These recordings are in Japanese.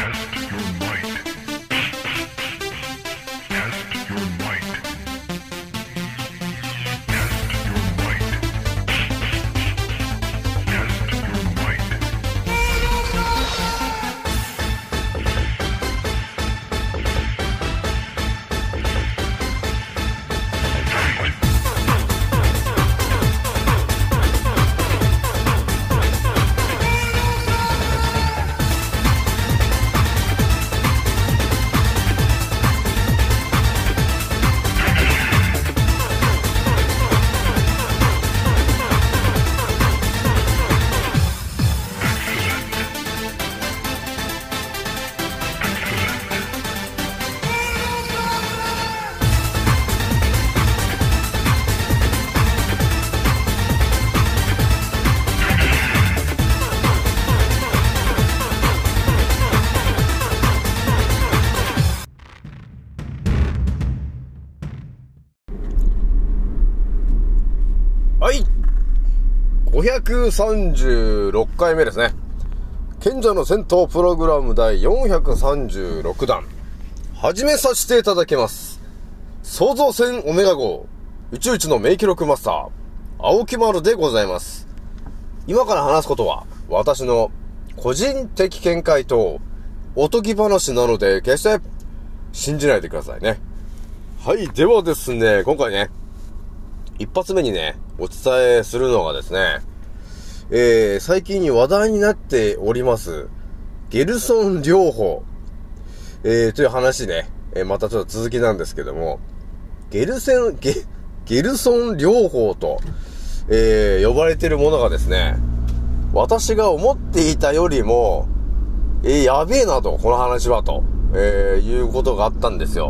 はい、536回目ですね。賢者の戦闘プログラム第436弾始めさせていただきます。創造船オメガ号宇宙一の名記録マスター青木丸でございます。今から話すことは私の個人的見解とおとぎ話なので決して信じないでくださいね。はい、ではですね、今回ね一発目にねお伝えするのがですね、最近に話題になっておりますゲルソン療法、という話ね、またちょっと続きなんですけども、ゲルソン療法と、呼ばれているものがですね、私が思っていたよりも、やべえなと、この話はと、いうことがあったんですよ。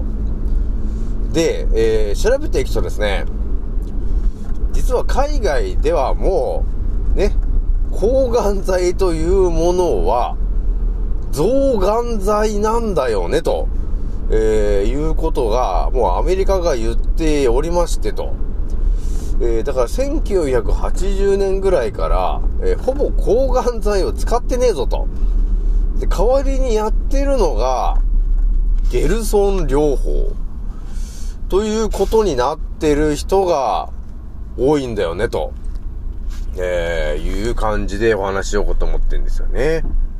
で、調べていくとですね、実は海外ではもうね、抗がん剤というものは増がん剤なんだよねと、いうことがもうアメリカが言っておりましてと、だから1980年ぐらいから、ほぼ抗がん剤を使ってねえぞと。で、代わりにやってるのがゲルソン療法ということになってる人が多いんだよねと、いう感じでお話ししようと思ってるんですよね。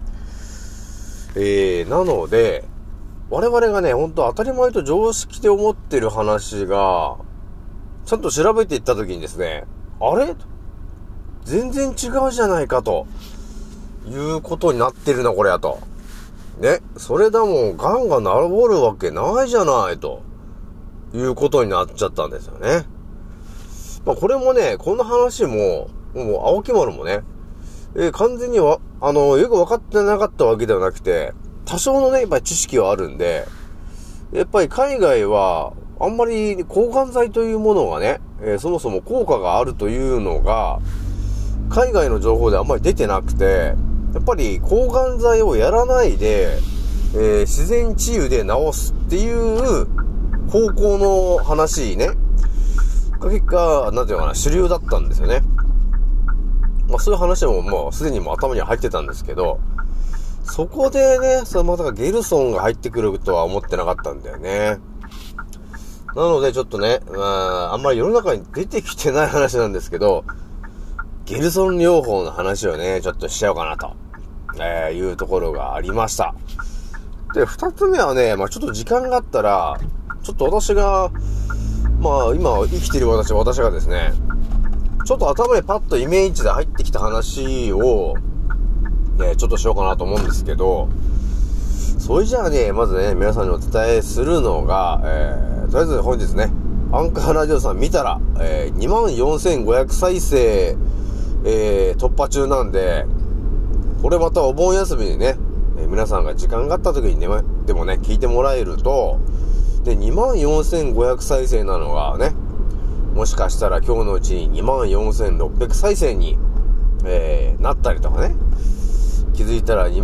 なので我々がね、本当当たり前と常識で思ってる話がちゃんと調べていったときにですね、あれ全然違うじゃないかということになってるなこれやとね。それだもん、がんが治るわけないじゃないということになっちゃったんですよね。まあこれもね、この話も青木丸もね、完全にはよく分かってなかったわけではなくて、多少のねやっぱり知識はあるんで、やっぱり海外はあんまり抗がん剤というものがね、そもそも効果があるというのが海外の情報であんまり出てなくて、やっぱり抗がん剤をやらないで、自然治癒で治すっていう方向の話ね、結果なんていうのかな、主流だったんですよね。まあそういう話ももうすでにも頭には入ってたんですけど、そこでね、まさかゲルソンが入ってくるとは思ってなかったんだよね。なのでちょっとね、あんまり世の中に出てきてない話なんですけど、ゲルソン療法の話をねちょっとしちゃおうかなと、いうところがありました。で、二つ目はね、まあちょっと時間があったらちょっと私がまあ今生きている私がですね、ちょっと頭にパッとイメージで入ってきた話をねちょっとしようかなと思うんですけど、それじゃあね、まずね皆さんにお伝えするのが、とりあえず本日ねアンカーラジオさん見たら、24,500再生、突破中なんで、これまたお盆休みにね、皆さんが時間があった時にねでもね聞いてもらえると、で 24,500 再生なのがね、もしかしたら今日のうちに 24,600 再生に、なったりとかね、気づいたら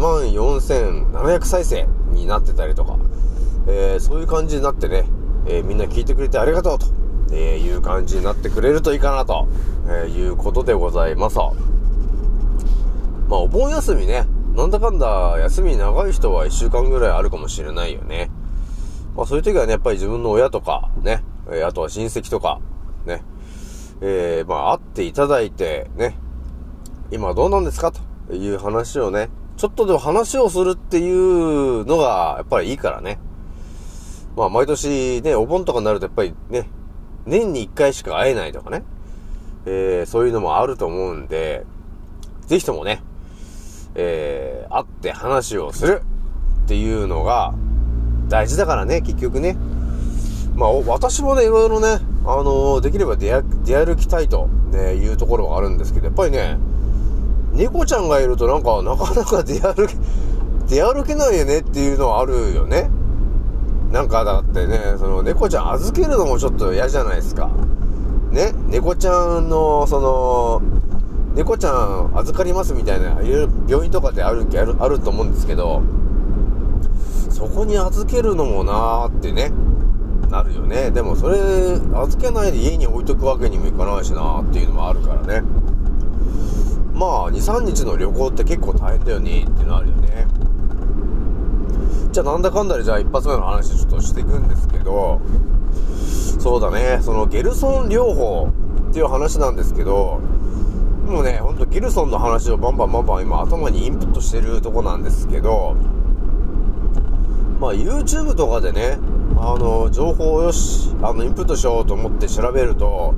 24,700 再生になってたりとか、そういう感じになってね、みんな聞いてくれてありがとうと、いう感じになってくれるといいかなと、いうことでございます。まあお盆休みね、 なんだかんだ休み長い人は1週間ぐらいあるかもしれないよね。まあそういう時はね、やっぱり自分の親とかね、あとは親戚とかね、まあ会っていただいてね、今どうなんですかという話をね、ちょっとでも話をするっていうのがやっぱりいいからね。まあ毎年ね、お盆とかになるとやっぱりね、年に1回しか会えないとかね、そういうのもあると思うんで、ぜひともね、会って話をするっていうのが大事だからね、結局ね。まあ私もね、いろいろね、できれば出歩きたいと、ね、いうところがあるんですけど、やっぱりね、猫ちゃんがいるとなかなか出歩けないよねっていうのはあるよね。なんかだってね、その猫ちゃん預けるのもちょっと嫌じゃないですか。ね、猫ちゃんの猫ちゃん預かりますみたいな、いろいろ病院とかであると思うんですけど、そこに預けるのもなーってね、なるよね。でもそれ、預けないで家に置いとくわけにもいかないしなーっていうのもあるからね。まあ、2、3日の旅行って結構大変だよねっていうのあるよね。じゃあなんだかんだでじゃあ一発目の話ちょっとしていくんですけど、そうだね、そのゲルソン療法っていう話なんですけど、もうね、ほんとゲルソンの話をバンバン今頭にインプットしてるとこなんですけど、まあ YouTube とかでね、情報をインプットしようと思って調べると、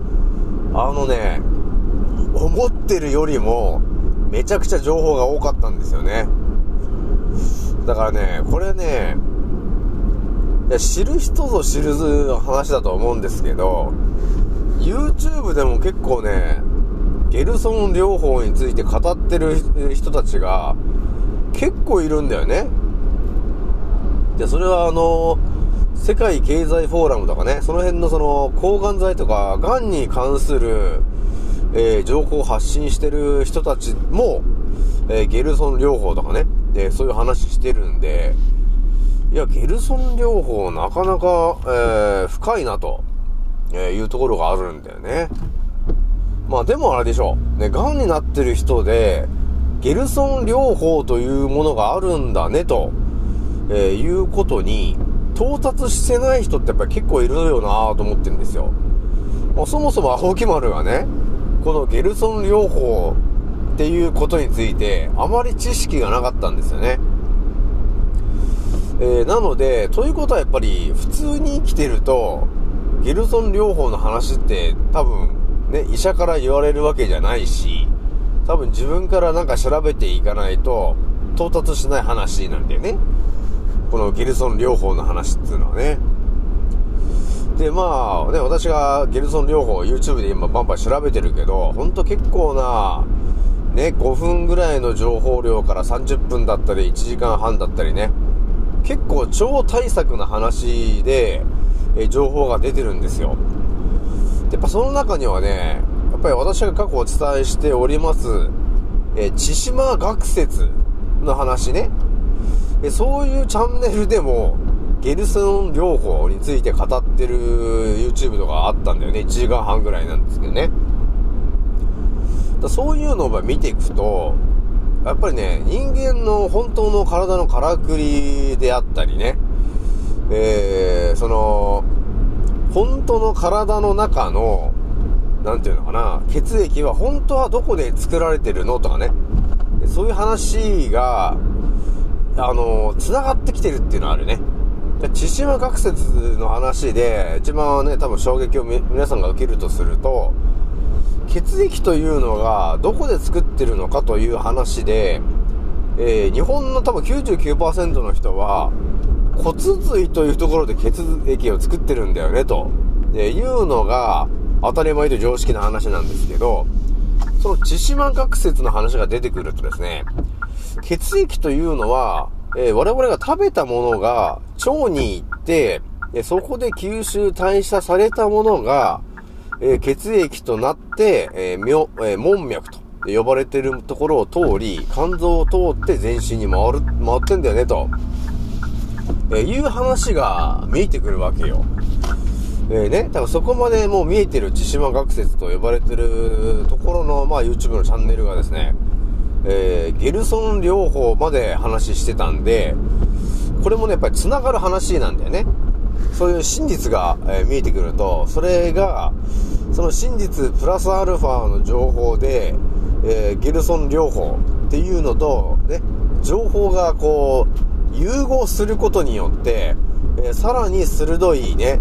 思ってるよりもめちゃくちゃ情報が多かったんですよね。だからね、これね、知る人ぞ知る話だと思うんですけど、YouTube でも結構ね、ゲルソン療法について語ってる人たちが結構いるんだよね。で、それは世界経済フォーラムとかね、その辺のその抗がん剤とかがんに関する、情報を発信してる人たちも、ゲルソン療法とかね、でそういう話してるんで、いやゲルソン療法なかなか、深いなと、いうところがあるんだよね。まあでもあれでしょうね、がんになってる人でゲルソン療法というものがあるんだねと、いうことに到達してない人ってやっぱり結構いるよなと思ってるんですよ。そもそも青木丸がね、このゲルソン療法っていうことについてあまり知識がなかったんですよね。なので、ということはやっぱり普通に生きてるとゲルソン療法の話って多分ね、医者から言われるわけじゃないし、多分自分からなんか調べていかないと到達しない話なんだよね、このゲルソン療法の話っていうのはね。で、まあね、私がゲルソン療法 YouTube で今バンバン調べてるけど、ほんと結構なね、5分ぐらいの情報量から30分だったり1時間半だったりね、結構超大作な話で、情報が出てるんですよ。やっぱその中にはね、やっぱり私が過去お伝えしております、千島学説の話ね、そういうチャンネルでもゲルソン療法について語ってる YouTube とかあったんだよね。1時間半ぐらいなんですけどね。そういうのを見ていくと、やっぱりね、人間の本当の体のからくりであったりね、その本当の体の中のなんていうのかな、血液は本当はどこで作られてるのとかね、そういう話が繋がってきてるっていうのはあるね。千島学説の話で一番ね、多分衝撃を皆さんが受けるとすると、血液というのがどこで作ってるのかという話で、日本の多分 99% の人は骨髄というところで血液を作ってるんだよねと、いうのが当たり前と常識な話なんですけど、その千島学説の話が出てくるとですね、血液というのは、我々が食べたものが腸に行って、そこで吸収代謝されたものが、血液となって、門脈と呼ばれているところを通り、肝臓を通って全身に回ってんだよねと、いう話が見えてくるわけよ。ね、多分そこまでもう見えてる千島学説と呼ばれてるところの、まあ YouTube のチャンネルがですね、 ゲルソン療法まで話してたんで、これもね、やっぱり繋がる話なんだよね。そういう真実が、見えてくると、それが、その真実プラスアルファの情報で、ゲルソン療法っていうのと、ね、情報がこう、融合することによって、さらに鋭いね、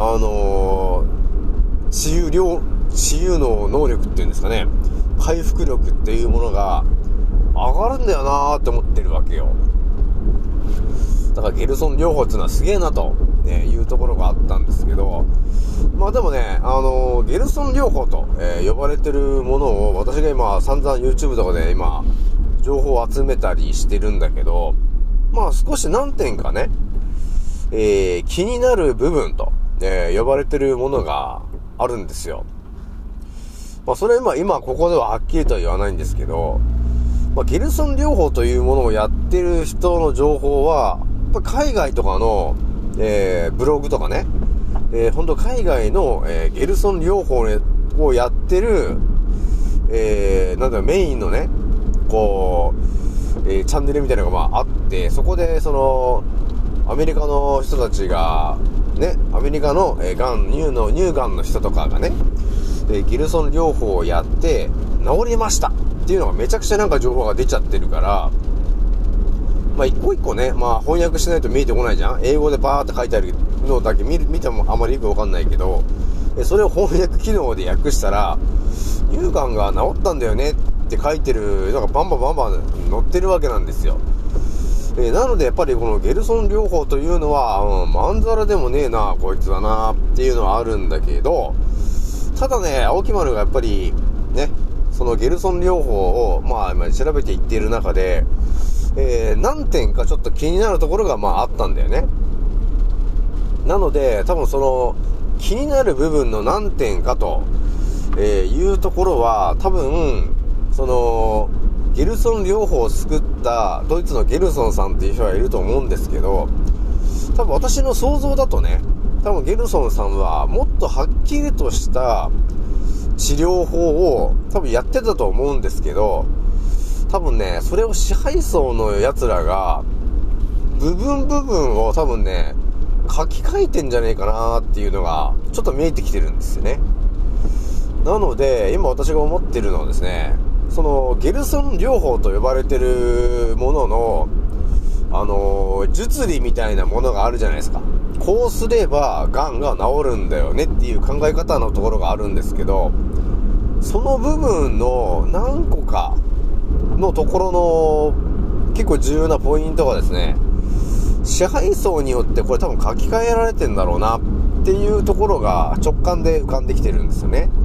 治癒の能力っていうんですかね、回復力っていうものが上がるんだよなーって思ってるわけよ。だからゲルソン療法っていうのはすげえなと、ね、いうところがあったんですけど、まあでもね、ゲルソン療法と、呼ばれてるものを私が今散々 YouTube とかで今情報を集めたりしてるんだけど、まあ少し何点かね、気になる部分と、呼ばれてるものがあるんですよ。まあそれ今ここでははっきりとは言わないんですけど、まあ、ゲルソン療法というものをやってる人の情報は、やっぱ海外とかの、ブログとかね、本当海外の、ゲルソン療法をやってる、なんだろう、メインのね、こう、チャンネルみたいなのがあって、そこでそのアメリカの人たちがね、アメリカの、乳がんの人とかがね、ゲルソン療法をやって治りましたっていうのがめちゃくちゃなんか情報が出ちゃってるから、まあ一個一個ね、まあ翻訳しないと見えてこないじゃん。英語でバーって書いてあるのだけ見てもあまりよくわかんないけど、それを翻訳機能で訳したら、乳がんが治ったんだよねって書いてるのがバンバン載ってるわけなんですよ。なのでやっぱりこのゲルソン療法というのは、まんざらでもねえなこいつだなっていうのはあるんだけど、ただね、青木丸がやっぱりね、そのゲルソン療法をまあ今調べていっている中で、何点かちょっと気になるところがまああったんだよね。なので多分その気になる部分の何点かと、いうところは多分そのゲルソン療法を作ったドイツのゲルソンさんっていう人がいると思うんですけど、多分私の想像だとね、多分ゲルソンさんはもっとはっきりとした治療法を多分やってたと思うんですけど、多分ね、それを支配層の奴らが部分を多分ね、書き換えてんじゃねえかなっていうのがちょっと見えてきてるんですよね。なので今私が思ってるのはですね、そのゲルソン療法と呼ばれてるものの術理みたいなものがあるじゃないですか。こうすれば癌が治るんだよねっていう考え方のところがあるんですけど、その部分の何個かのところの結構重要なポイントがですね、支配層によってこれ多分書き換えられてんだろうなっていうところが直感で浮かんできてるんですよね。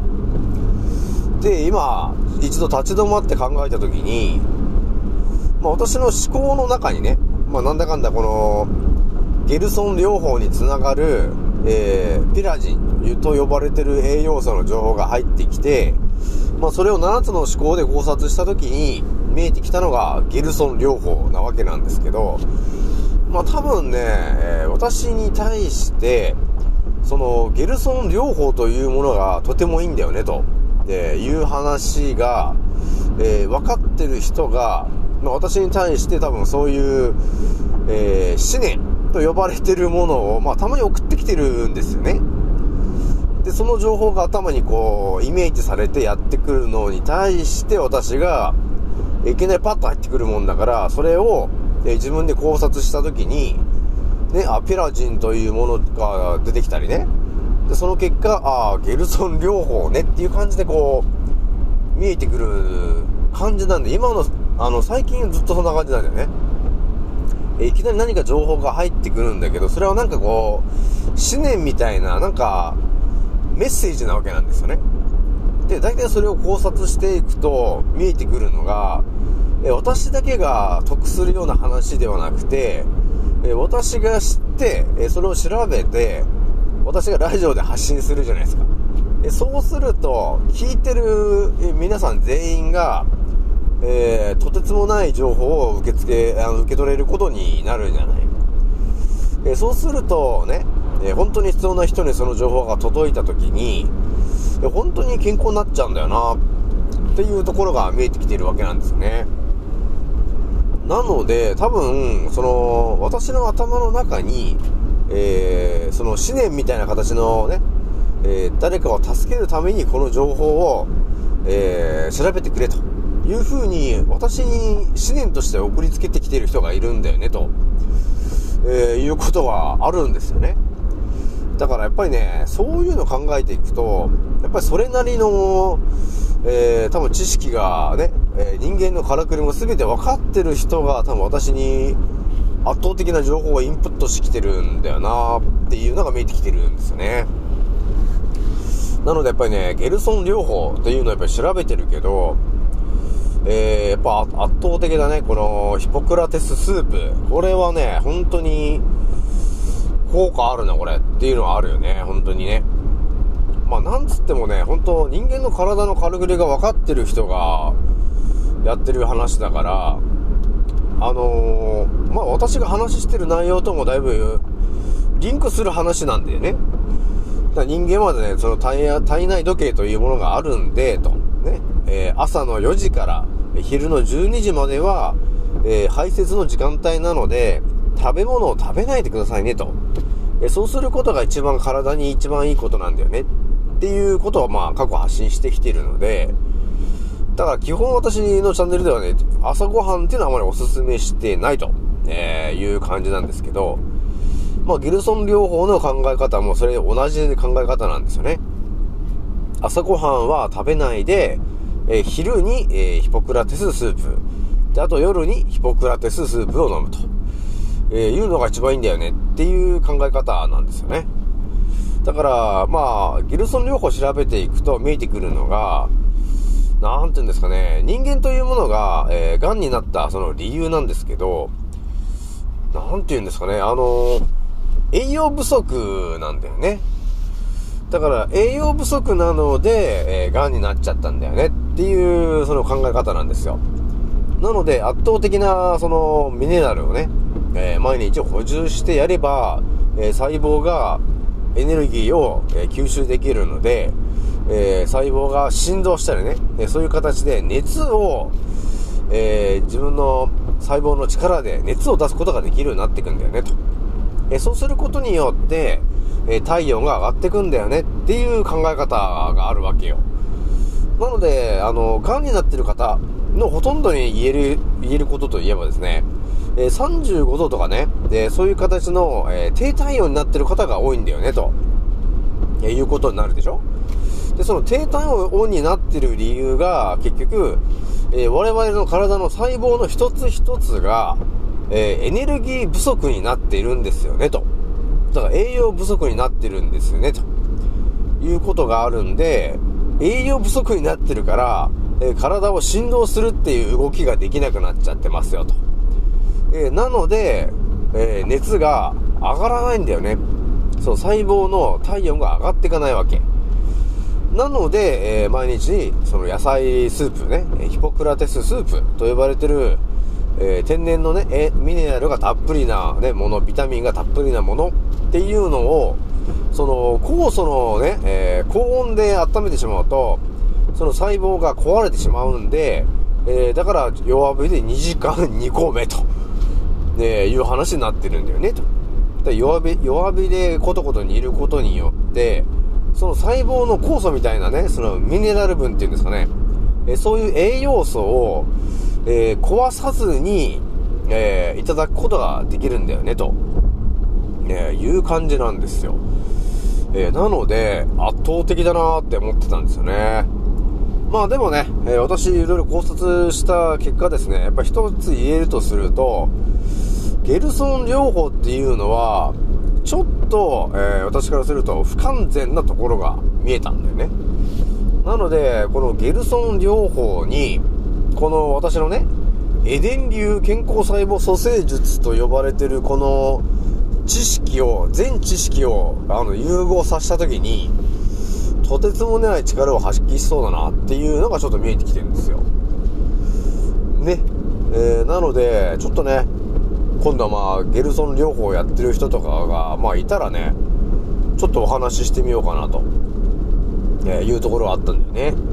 で、今一度立ち止まって考えた時に、まあ私の思考の中にね、まあなんだかんだこのゲルソン療法につながる、ピラジンと呼ばれてる栄養素の情報が入ってきて、まあそれを7つの思考で考察した時に見えてきたのがゲルソン療法なわけなんですけど、まあ多分ね、私に対してそのゲルソン療法というものがとてもいいんだよねという話が、分かってる人が、まあ、私に対して多分そういう、思念と呼ばれてるものを、まあ、たまに送ってきてるんですよね。でその情報が頭にこうイメージされてやってくるのに対して私がいきなりパッと入ってくるもんだから、それを、自分で考察した時にね、ピラジンというものが出てきたりね、でその結果ゲルソン療法ねっていう感じでこう見えてくる感じなんで、今の最近ずっとそんな感じなんだよね。いきなり何か情報が入ってくるんだけど、それはなんかこう思念みたいななんかメッセージなわけなんですよね。で大体それを考察していくと見えてくるのが、私だけが得するような話ではなくて、私が知ってそれを調べて私がラジオで発信するじゃないですか。そうすると聞いてる皆さん全員が、とてつもない情報を受け取れることになるじゃない。そうするとね、本当に必要な人にその情報が届いた時に本当に健康になっちゃうんだよなっっていうところが見えてきているわけなんですよね。なので多分私の頭の中に、その思念みたいな形のね、誰かを助けるためにこの情報を、調べてくれというふうに私に思念として送りつけてきている人がいるんだよねと、いうことがあるんですよね。だからやっぱりね、そういうのを考えていくと、やっぱりそれなりの、多分知識がね、人間のからくりも全て分かってる人が多分私に圧倒的な情報をインプットしてきてるんだよなっていうのが見えてきてるんですよね。なのでやっぱりね、ゲルソン療法というのをやっぱり調べてるけど、やっぱ圧倒的だね、このヒポクラテススープ。これはね、本当に効果あるなこれっていうのはあるよね、本当にね。まあなんつってもね、本当人間の体のからくりが分かってる人がやってる話だから、まあ私が話してる内容ともだいぶリンクする話なんだよね。だから人間はね、その体内時計というものがあるんでとね、朝の4時から昼の12時までは、排泄の時間帯なので食べ物を食べないでくださいねと、そうすることが一番体に一番いいことなんだよねっていうことをまあ過去発信してきているので、だから基本私のチャンネルではね、朝ごはんっていうのはあまりおすすめしてないと、いう感じなんですけど、まあゲルソン療法の考え方もそれ同じ考え方なんですよね。朝ごはんは食べないで、昼に、ヒポクラテススープで、あと夜にヒポクラテススープを飲むと、いうのが一番いいんだよねっていう考え方なんですよね。だからまあゲルソン療法を調べていくと見えてくるのが、なんていうんですかね、人間というものが、癌になったその理由なんですけど、なんていうんですかね、栄養不足なんだよね。だから栄養不足なので、癌になっちゃったんだよねっていうその考え方なんですよ。なので圧倒的なそのミネラルをね、毎日補充してやれば、細胞がエネルギーを、吸収できるので、細胞が振動したりね、そういう形で熱を、自分の細胞の力で熱を出すことができるようになっていくんだよねと。そうすることによって、体温が上がっていくんだよねっていう考え方があるわけよ。なので癌になっている方のほとんどに言えることといえばですね、35度とかね、そういう形の、低体温になっている方が多いんだよねと、いうことになるでしょ。でその低体温になっている理由が結局、我々の体の細胞の一つ一つが、エネルギー不足になっているんですよねと。だから栄養不足になってるんですよねということがあるんで、栄養不足になってるから、体を振動するっていう動きができなくなっちゃってますよと。なので、熱が上がらないんだよね。そう、細胞の体温が上がっていかないわけ。なので、毎日その野菜スープね、ヒポクラテススープと呼ばれてる、天然のね、ミネラルがたっぷりな、ね、もの、ビタミンがたっぷりなものっていうのを、その酵素のね、高温で温めてしまうとその細胞が壊れてしまうんで、だから弱火で2時間煮込めと、いう話になってるんだよねと。で弱火でコトコト煮ることによってその細胞の酵素みたいなね、そのミネラル分っていうんですかね、そういう栄養素を、壊さずに、いただくことができるんだよねと、いう感じなんですよ。なので圧倒的だなーって思ってたんですよね。まあでもね、私いろいろ考察した結果ですね、やっぱ一つ言えるとすると、ゲルソン療法っていうのはちょっと、私からすると不完全なところが見えたんだよね。なのでこのゲルソン療法にこの私のね、エデン流健康細胞蘇生術と呼ばれてるこの全知識を融合させた時にとてつもない力を発揮しそうだなっていうのがちょっと見えてきてるんですよね。なのでちょっとね、今度はまあゲルソン療法をやってる人とかがまあいたらね、ちょっとお話ししてみようかなと、いうところがあったんだよね。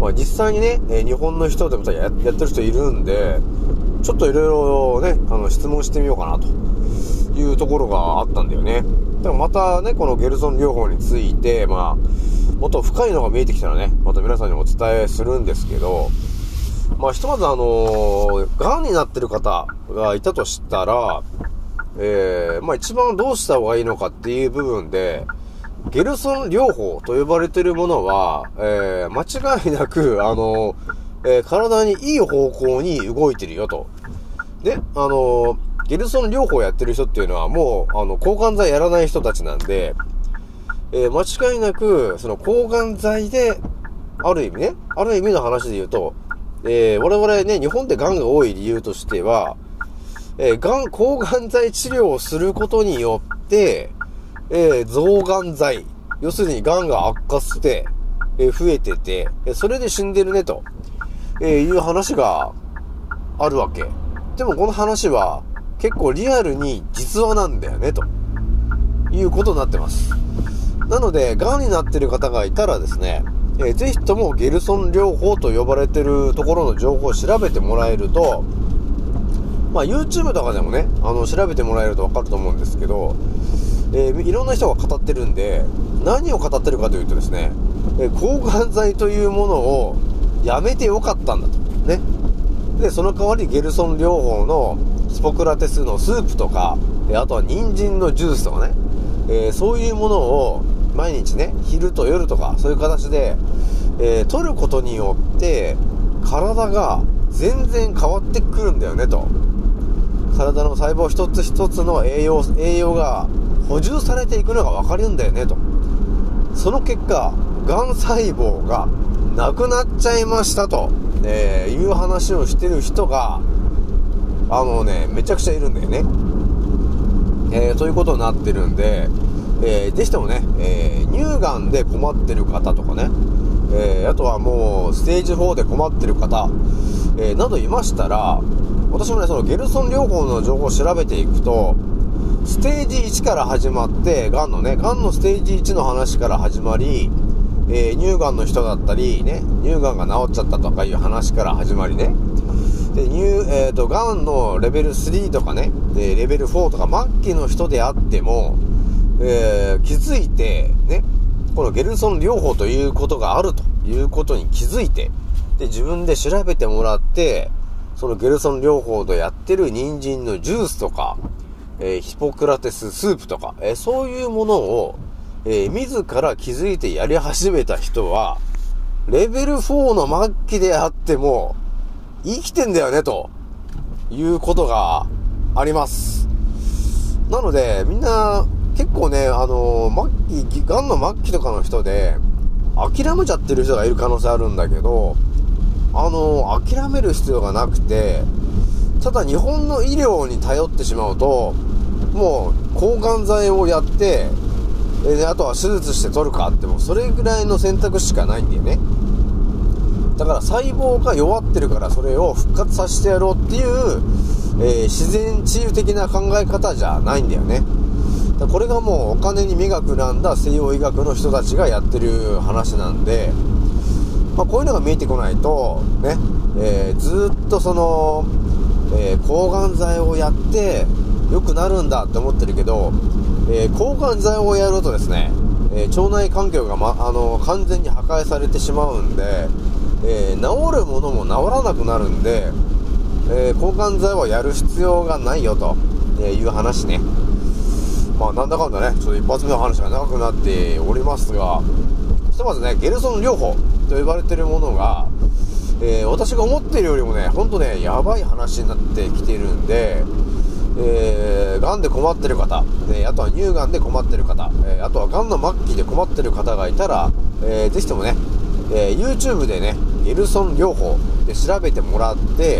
実際にね、日本の人でもやってる人いるんで、ちょっといろいろね、質問してみようかなというところがあったんだよね。でもまたね、このゲルソン療法について、もっと深いのが見えてきたらね、また皆さんにお伝えするんですけど、ひとまず癌になってる方がいたとしたら、一番どうした方がいいのかっていう部分で、ゲルソン療法と呼ばれているものは、間違いなく、体にいい方向に動いてるよと。で、ゲルソン療法をやってる人っていうのはもう、抗がん剤やらない人たちなんで、間違いなく、その抗がん剤で、ある意味の話で言うと、我々ね、日本で癌が多い理由としては、抗がん剤治療をすることによって、増がん剤、要するに癌が悪化して、増えてて、それで死んでるねと、いう話があるわけ。でもこの話は結構リアルに実話なんだよねということになってます。なので癌になってる方がいたらですね、ぜひともゲルソン療法と呼ばれてるところの情報を調べてもらえると、YouTube とかでもね、調べてもらえると分かると思うんですけど、いろんな人が語ってるんで、何を語ってるかというとですね、抗がん剤というものをやめてよかったんだと。ね。で、その代わりゲルソン療法のヒポクラテスのスープとか、あとは人参のジュースとかね、そういうものを毎日ね、昼と夜とか、そういう形で、取ることによって、体が全然変わってくるんだよねと。体の細胞一つ一つの栄養が補充されていくのが分かるんだよねと。その結果、がん細胞がなくなっちゃいましたと、いう話をしてる人がめちゃくちゃいるんだよね。ということになってるんで、ぜひともね、乳がんで困ってる方とかね、あとはもうステージ4で困ってる方、などいましたら、私もね、そのゲルソン療法の情報を調べていくと、ステージ1から始まって、がんのステージ1の話から始まり、乳がんの人だったりね、乳がんが治っちゃったとかいう話から始まりね、で、がんのレベル3とかね、レベル4とか末期の人であっても、気づいてね、このゲルソン療法ということがあるということに気づいて、で、自分で調べてもらって、そのゲルソン療法でやってる人参のジュースとか、ヒポクラテススープとか、そういうものを、自ら気づいてやり始めた人は、レベル4の末期であっても、生きてんだよね、ということがあります。なので、みんな、結構ね、がんの末期とかの人で、諦めちゃってる人がいる可能性あるんだけど、諦める必要がなくて、ただ日本の医療に頼ってしまうと、もう抗がん剤をやって、あとは手術して取るかってもそれぐらいの選択しかないんだよね。だから細胞が弱ってるからそれを復活させてやろうっていう、自然治癒的な考え方じゃないんだよね。だこれがもうお金に目がくらんだ西洋医学の人たちがやってる話なんで、こういうのが見えてこないとね、ずっとその、抗がん剤をやって良くなるんだって思ってるけど、抗がん剤をやるとですね、腸内環境が、完全に破壊されてしまうんで、治るものも治らなくなるんで、抗がん剤はやる必要がないよという話ね。なんだかんだね、ちょっと一発目の話が長くなっておりますが、ひとまずね、ゲルソン療法と呼ばれているものが、私が思っているよりもね、ほんとね、やばい話になってきているんで、がんで困ってる方、あとは乳がんで困ってる方、あとはがんの末期で困ってる方がいたら、ぜひともね、YouTube でね、ゲルソン療法で調べてもらって、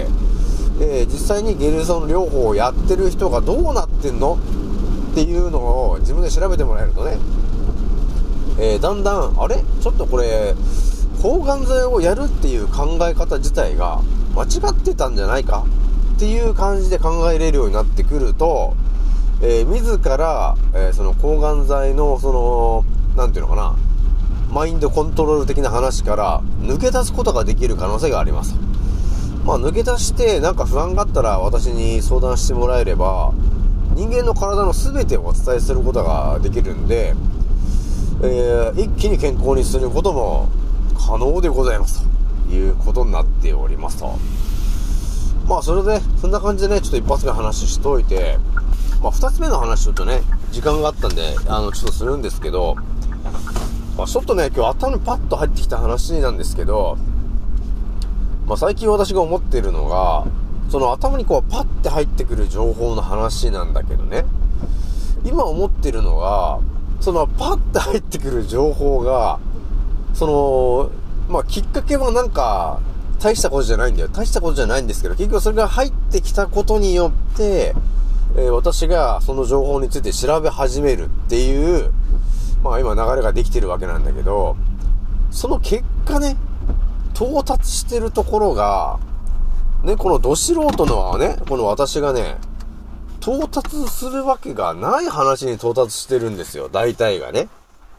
実際にゲルソン療法をやってる人がどうなってんのっていうのを自分で調べてもらえるとね、だんだんちょっとこれ抗がん剤をやるっていう考え方自体が間違ってたんじゃないかっていう感じで考えれるようになってくると、自ら、その抗がん剤のそのなんていうのかな、 マインドコントロール的な話から抜け出すことができる可能性があります。抜け出してなんか不安があったら私に相談してもらえれば、人間の体の全てをお伝えすることができるんで、一気に健康にすることも可能でございますということになっておりますと。それでそんな感じでね、ちょっと一発目話しといて、二つ目の話ちょっとね時間があったんでちょっとするんですけど、ちょっとね今日頭にパッと入ってきた話なんですけど、最近私が思っているのが、その頭にこうパッて入ってくる情報の話なんだけどね、今思っているのが、そのパッて入ってくる情報が、きっかけはなんか大したことじゃないんだよ。大したことじゃないんですけど、結局それが入ってきたことによって、私がその情報について調べ始めるっていう、今流れができてるわけなんだけど、その結果ね、到達してるところが、ね、このど素人のね、この私がね、到達するわけがない話に到達してるんですよ。大体がね。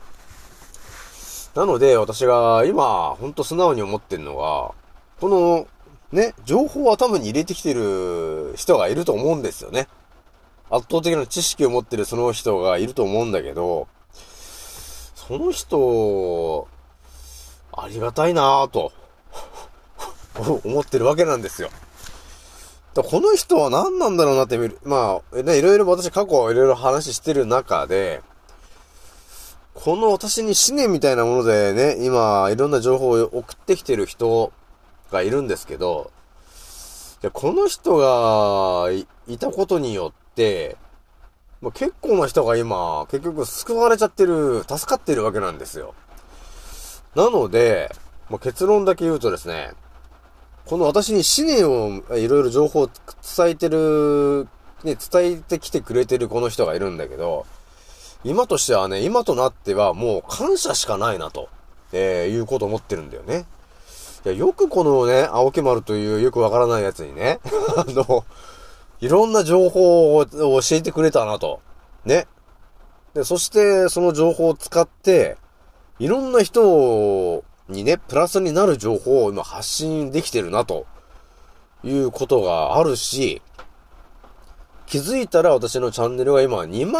なので、私が今、ほんと素直に思ってるのが、この、ね、情報を頭に入れてきてる人がいると思うんですよね。圧倒的な知識を持ってるその人がいると思うんだけど、その人、ありがたいなぁと、思ってるわけなんですよ。この人は何なんだろうなって見る。いろいろ私過去いろいろ話してる中で、この私に思念みたいなものでね、今いろんな情報を送ってきてる人がいるんですけど、この人が いたことによって、結構な人が今結局救われちゃってる、助かってるわけなんですよ。なので、結論だけ言うとですね、この私に思念をいろいろ情報を伝えてる、ね、伝えてきてくれてるこの人がいるんだけど、今としてはね、今となってはもう感謝しかないなと、いうことを思ってるんだよね。よくこのね、青木丸というよくわからないやつにね、いろんな情報を教えてくれたなと。ね。で、そしてその情報を使って、いろんな人にね、プラスになる情報を今発信できてるなということがあるし、気づいたら私のチャンネルが今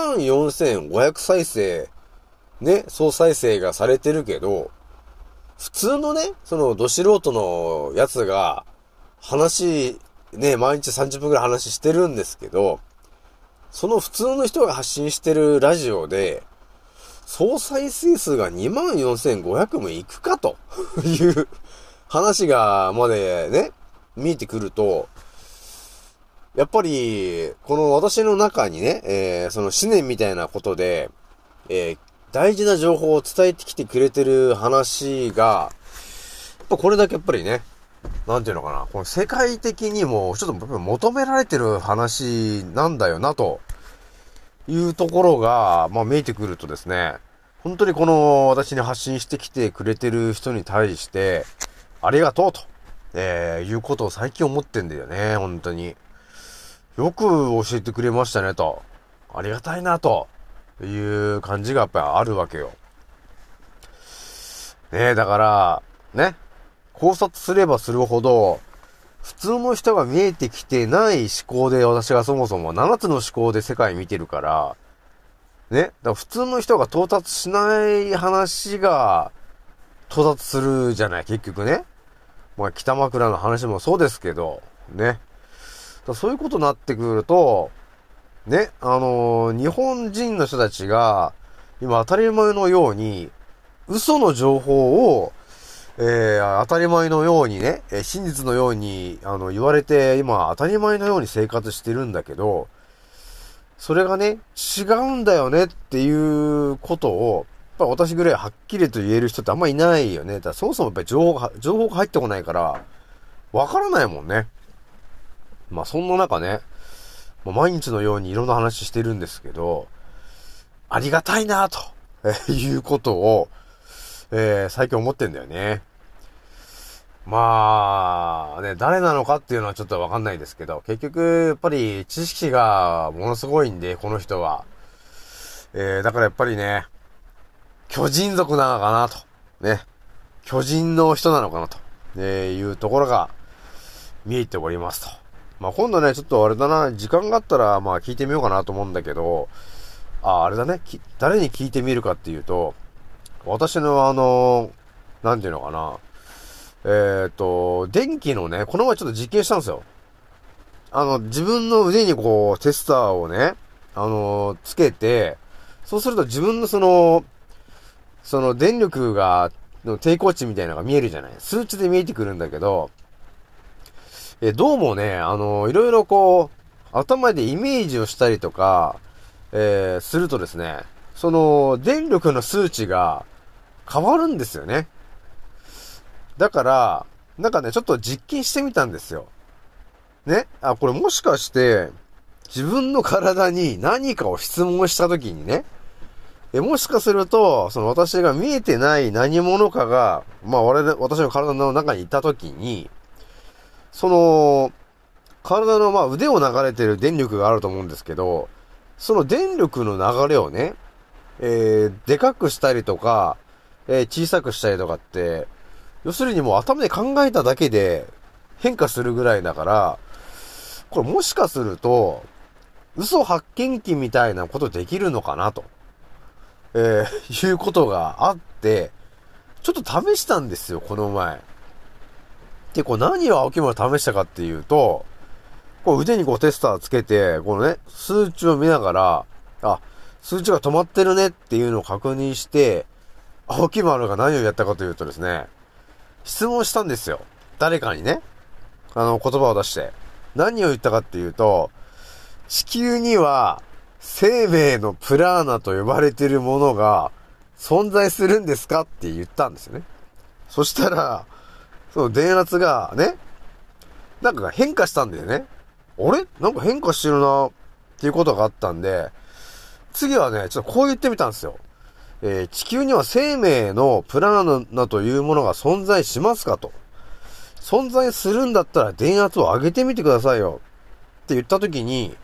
24,500再生、ね、総再生がされてるけど、普通のね、そのど素人のやつが話、ね、毎日30分くらい話してるんですけど、その普通の人が発信してるラジオで、総再生数が24,500もいくかという話がまでね、見えてくると、やっぱり、この私の中にね、その思念みたいなことで、大事な情報を伝えてきてくれてる話が、これだけやっぱりね、なんていうのかな、この世界的にもちょっと求められてる話なんだよな、というところが、見えてくるとですね、本当にこの私に発信してきてくれてる人に対して、ありがとうと、いうことを最近思ってんだよね、本当に。よく教えてくれましたね、と。ありがたいな、という感じがやっぱりあるわけよ。ね、だから、ね、考察すればするほど、普通の人が見えてきてない思考で私がそもそも7つの思考で世界見てるから、ね、だから普通の人が到達しない話が到達するじゃない、結局ね。北枕の話もそうですけど、ね。そういうことになってくると、ね、日本人の人たちが、今当たり前のように、嘘の情報を、当たり前のようにね、真実のように、言われて、今当たり前のように生活してるんだけど、それがね、違うんだよねっていうことを、やっぱ私ぐらいはっきりと言える人ってあんまいないよね。だからそもそもやっぱり情報が入ってこないから、わからないもんね。そんな中ね、毎日のようにいろんな話してるんですけど、ありがたいなと、いうことを、最近思ってんだよね。誰なのかっていうのはちょっとわかんないですけど、結局、やっぱり知識がものすごいんで、この人は。だからやっぱりね、巨人族なのかなとね、巨人の人なのかなと、いうところが見えておりますと。まあ、今度ね、ちょっとあれだな、時間があったら、まあ、聞いてみようかなと思うんだけど、あれだね、誰に聞いてみるかっていうと、私のなんていうのかな、電気のね、この前ちょっと実験したんですよ。自分の腕にこう、テスターをね、つけて、そうすると自分のその電力の抵抗値みたいなのが見えるじゃない。数値で見えてくるんだけど、どうもね、いろいろこう、頭でイメージをしたりとか、するとですね、電力の数値が変わるんですよね。だから、なんかね、ちょっと実験してみたんですよ。ね。これもしかして、自分の体に何かを質問したときにね、もしかすると、私が見えてない何者かが、まあ、私の体の中にいたときに、体の、まあ、腕を流れてる電力があると思うんですけど、その電力の流れをね、でかくしたりとか、小さくしたりとかって、要するにもう頭で考えただけで変化するぐらいだから、これもしかすると、嘘発見器みたいなことできるのかなと。いうことがあって、ちょっと試したんですよ、この前。で、何を青木村試したかっていうと、腕にテスターつけて、ね、数値を見ながら、数値が止まってるねっていうのを確認して、青木丸が何をやったかというとですね、質問したんですよ。誰かにね、言葉を出して。何を言ったかっていうと、地球には、生命のプラーナと呼ばれているものが存在するんですかって言ったんですよね。そしたら、その電圧がね、なんか変化したんだよね。あれなんか変化してるなっていうことがあったんで、次はね、ちょっとこう言ってみたんですよ。地球には生命のプラーナというものが存在しますかと。存在するんだったら電圧を上げてみてくださいよ。って言ったときに、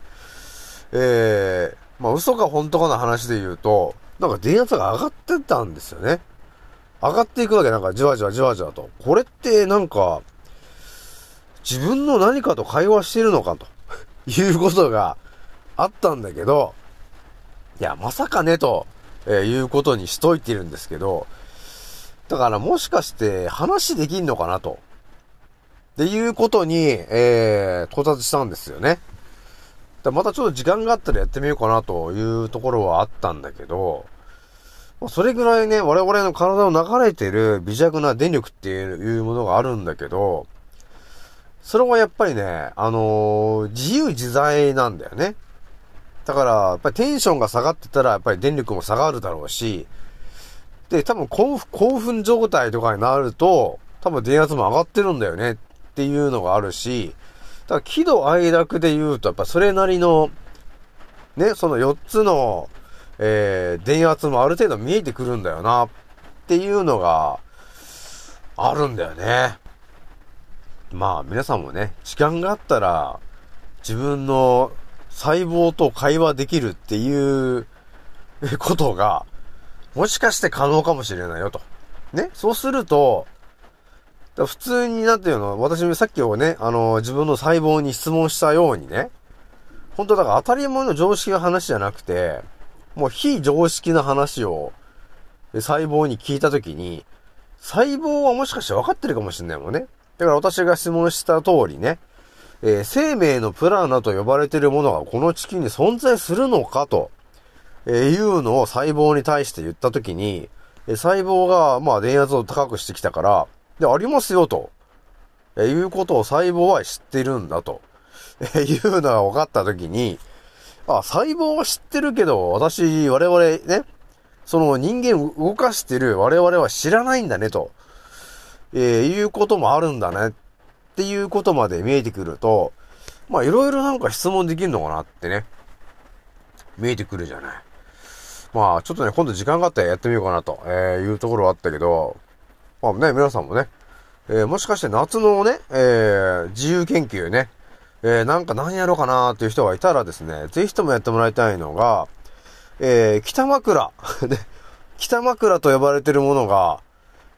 まあ嘘か本当かの話で言うと、なんか電圧が上がってたんですよね。上がっていくわけ、なんかじわじわじわじわと。これってなんか、自分の何かと会話してるのかということがあったんだけど、いや、まさかねと、いうことにしといてるんですけど、だからもしかして話できんのかなと。っていうことに、到達したんですよね。またちょっと時間があったらやってみようかなというところはあったんだけど、それぐらいね、我々の体を流れてる微弱な電力っていうものがあるんだけど、それはやっぱりね、自由自在なんだよね。だから、やっぱりテンションが下がってたら、やっぱり電力も下がるだろうし、で、多分興奮状態とかになると、多分電圧も上がってるんだよねっていうのがあるし、だから喜怒哀楽で言うと、やっぱそれなりの、ね、その4つの、電圧もある程度見えてくるんだよなっていうのがあるんだよね。まあ皆さんもね、時間があったら自分の細胞と会話できるっていうことがもしかして可能かもしれないよと。ね、そうすると、普通になっていうの、私さっきをね、自分の細胞に質問したようにね、本当だから当たり前の常識の話じゃなくて、もう非常識な話を細胞に聞いたときに、細胞はもしかして分かってるかもしれないもんね。だから私が質問した通りね、生命のプラーナと呼ばれているものがこの地球に存在するのかと、いうのを細胞に対して言ったときに、細胞がまあ電圧を高くしてきたから、で、ありますよと、いうことを細胞は知ってるんだと、いうのが分かったときに、細胞は知ってるけど、我々ね、その人間を動かしてる我々は知らないんだねと、いうこともあるんだねっていうことまで見えてくると、まあいろいろなんか質問できるのかなってね、見えてくるじゃない。まあちょっとね、今度時間があったらやってみようかなと、いうところはあったけど、まあね、皆さんもね、もしかして夏のね、自由研究ね、なんか何やろうかなーっていう人がいたらですね、ぜひともやってもらいたいのが、北枕。北枕と呼ばれているものが、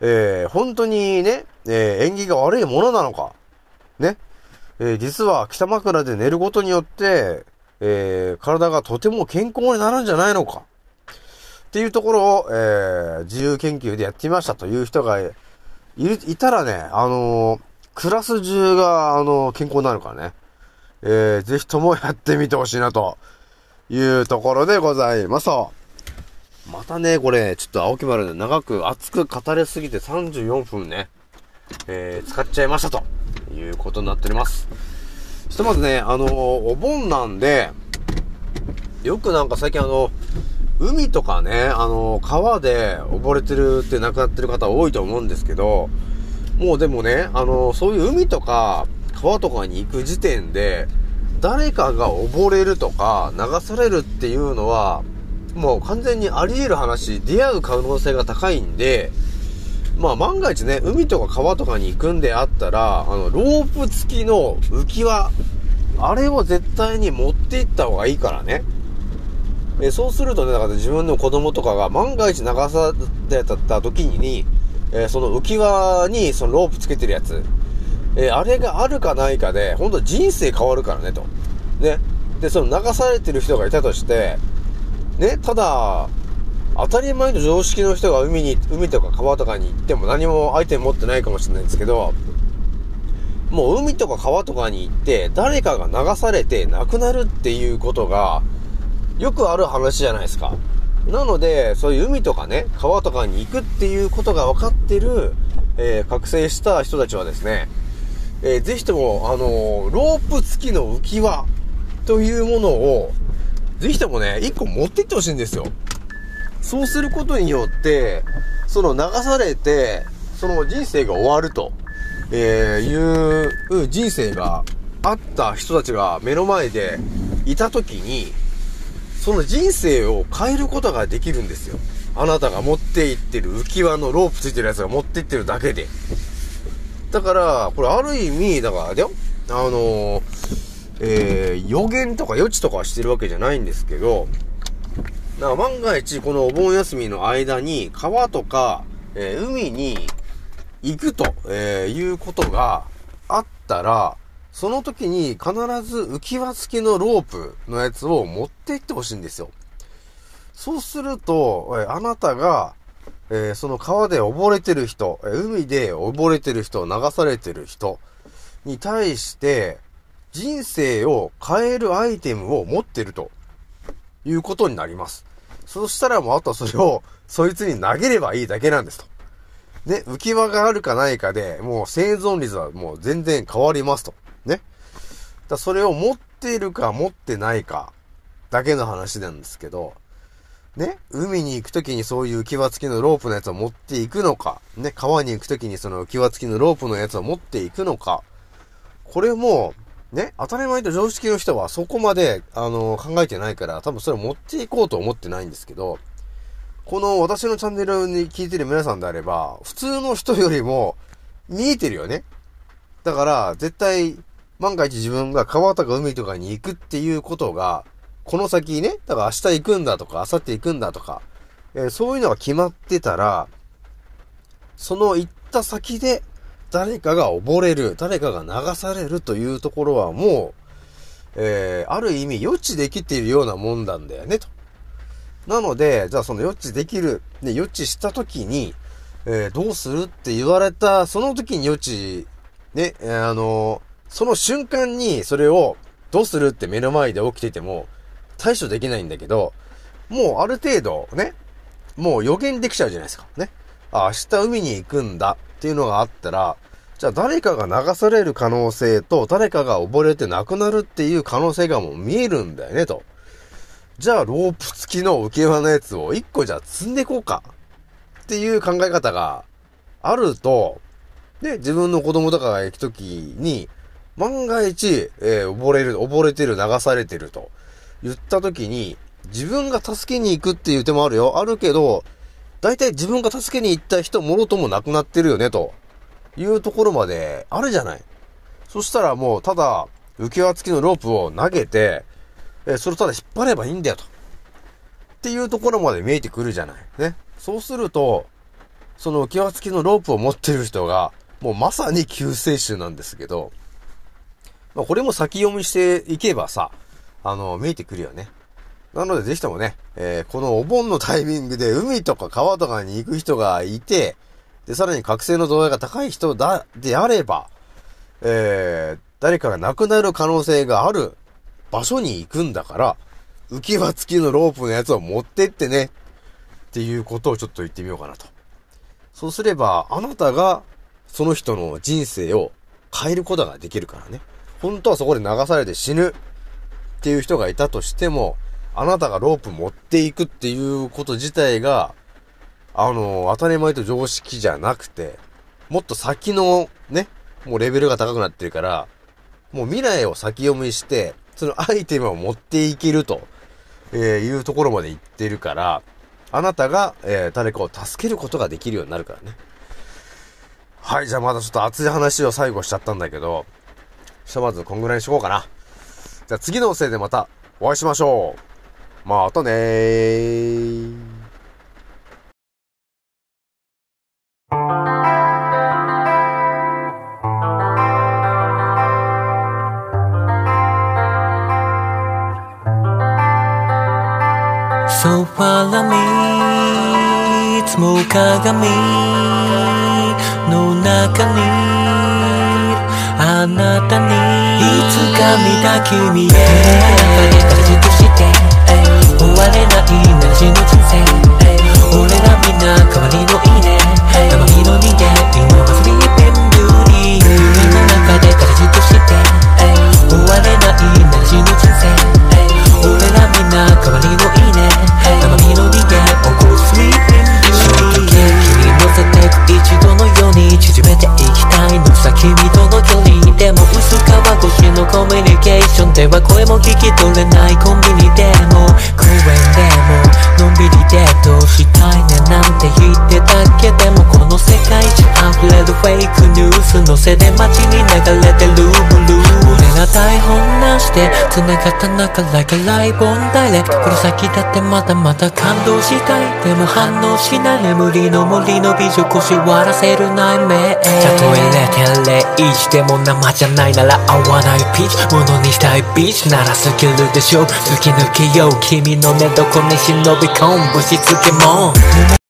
本当にね、縁起が悪いものなのか。ね。実は北枕で寝ることによって、体がとても健康になるんじゃないのか。っていうところを、自由研究でやってみましたという人がいたらね、クラス中が、健康になるからね。ぜひともやってみてほしいなというところでございます。またね、これ、ちょっと青木丸で長く熱く語りすぎて34分ね、使っちゃいましたということになっております。ひとまずね、お盆なんで、よくなんか最近海とかね、川で溺れてるって亡くなってる方多いと思うんですけど、もうでもね、そういう海とか川とかに行く時点で、誰かが溺れるとか流されるっていうのは、もう完全にあり得る話、出会う可能性が高いんで、まあ万が一ね、海とか川とかに行くんであったら、ロープ付きの浮き輪、あれを絶対に持って行った方がいいからね。そうするとね、だから自分の子供とかが万が一流された時に、その浮き輪にそのロープつけてるやつ、あれがあるかないかで、ほんと人生変わるからねと。ね。で、その流されてる人がいたとして、ね、ただ、当たり前の常識の人が海とか川とかに行っても何もアイテム持ってないかもしれないんですけど、もう海とか川とかに行って誰かが流されて亡くなるっていうことがよくある話じゃないですか。なので、そういう海とかね、川とかに行くっていうことが分かってる、覚醒した人たちはですね、ぜひとも、ロープ付きの浮き輪というものを、ぜひともね、一個持っていってほしいんですよ。そうすることによって、その流されて、その人生が終わると、いう人生があった人たちが目の前でいたときに、その人生を変えることができるんですよ。あなたが持っていってる浮き輪のロープついてるやつが持っていってるだけで。だから、これある意味、だからだよ。予言とか予知とかはしてるわけじゃないんですけど、万が一このお盆休みの間に川とか、海に行くと、いうことがあったら、その時に必ず浮き輪付きのロープのやつを持って行ってほしいんですよ。そうすると、あなたが、その川で溺れてる人、海で溺れてる人、流されてる人に対して人生を変えるアイテムを持ってるということになります。そしたらもうあとはそれをそいつに投げればいいだけなんですと。ね、浮き輪があるかないかでもう生存率はもう全然変わりますと。ね。それを持っているか持ってないかだけの話なんですけど、ね、海に行くときにそういう浮き輪付きのロープのやつを持っていくのか、ね、川に行くときにその浮き輪付きのロープのやつを持っていくのか、これも、ね、当たり前と常識の人はそこまで、考えてないから、多分それを持っていこうと思ってないんですけど、この私のチャンネルに聞いてる皆さんであれば、普通の人よりも見えてるよね。だから、絶対、万が一自分が川とか海とかに行くっていうことが、この先ね、だから明日行くんだとか、明後日行くんだとか、そういうのが決まってたら、その行った先で誰かが溺れる、誰かが流されるというところはもう、ある意味予知できているようなもんなんだよね、と。なので、じゃあその予知できる、ね、予知した時に、どうするって言われた、その時に予知、ね、その瞬間にそれをどうするって目の前で起きてても対処できないんだけど、もうある程度ね、もう予言できちゃうじゃないですか。ね。明日海に行くんだっていうのがあったら、じゃあ誰かが流される可能性と誰かが溺れて亡くなるっていう可能性がもう見えるんだよねと。じゃあロープ付きの浮き輪のやつを一個じゃあ積んでいこうかっていう考え方があると、で、自分の子供とかが行くときに、万が一、溺れてる、流されてると言ったときに、自分が助けに行くっていう手もあるよ。あるけど、大体自分が助けに行った人もろとも亡くなってるよね、というところまであるじゃない。そしたらもう、ただ、浮き輪付きのロープを投げて、それをただ引っ張ればいいんだよ、と。っていうところまで見えてくるじゃない。ね。そうすると、 その浮き輪付きのロープを持ってる人が、もうまさに救世主なんですけど、まあ、これも先読みしていけばさ、見えてくるよね。なのでぜひともね、このお盆のタイミングで海とか川とかに行く人がいて、で、さらに覚醒の度合いが高い人であれば、誰かが亡くなる可能性がある場所に行くんだから、浮き輪付きのロープのやつを持ってってね、っていうことをちょっと言ってみようかなと。そうすれば、あなたがその人の人生を変えることができるからね。本当はそこで流されて死ぬっていう人がいたとしても、あなたがロープ持っていくっていうこと自体が、当たり前と常識じゃなくて、もっと先のね、もうレベルが高くなってるから、もう未来を先読みして、そのアイテムを持っていけると、いうところまで行ってるから、あなたが、誰かを助けることができるようになるからね。はい、じゃあまだちょっと熱い話を最後しちゃったんだけど、ひとまずこんぐらいにしとこうかな。じゃあ次の音声でまたお会いしましょう。またねー。 ソファラにいつも鏡の中にあなたにいつか見た君へ中で形として終われないなしの人生俺らみんな代わりのいいね生身の人間今はスリーピングリー夢の中で形として終われないなしの人生俺らみんな代わりのいいね生身の人間起こすスリーピングリーショートケーキに乗せてく一度のように縮めていきたいのさ君との距離でも薄皮越しのコミュニケーションでは声も聞き取れないコンビニでも公園でものんびりデートしたいねなんて言ってたけでもこの世界中溢れるフェイクニュースのせで街に流れてるブルー俺ら台本なしで繋がった中 Like a live on direct この先だってまだまだ感動したいでも反応しない眠りの森の美女腰割らせる内面たとえ 0.01 でも生じゃないなら合わないピーチものにしたいビーチならスキルでしょ突き抜けよう君の寝床に忍び込むぶしつけも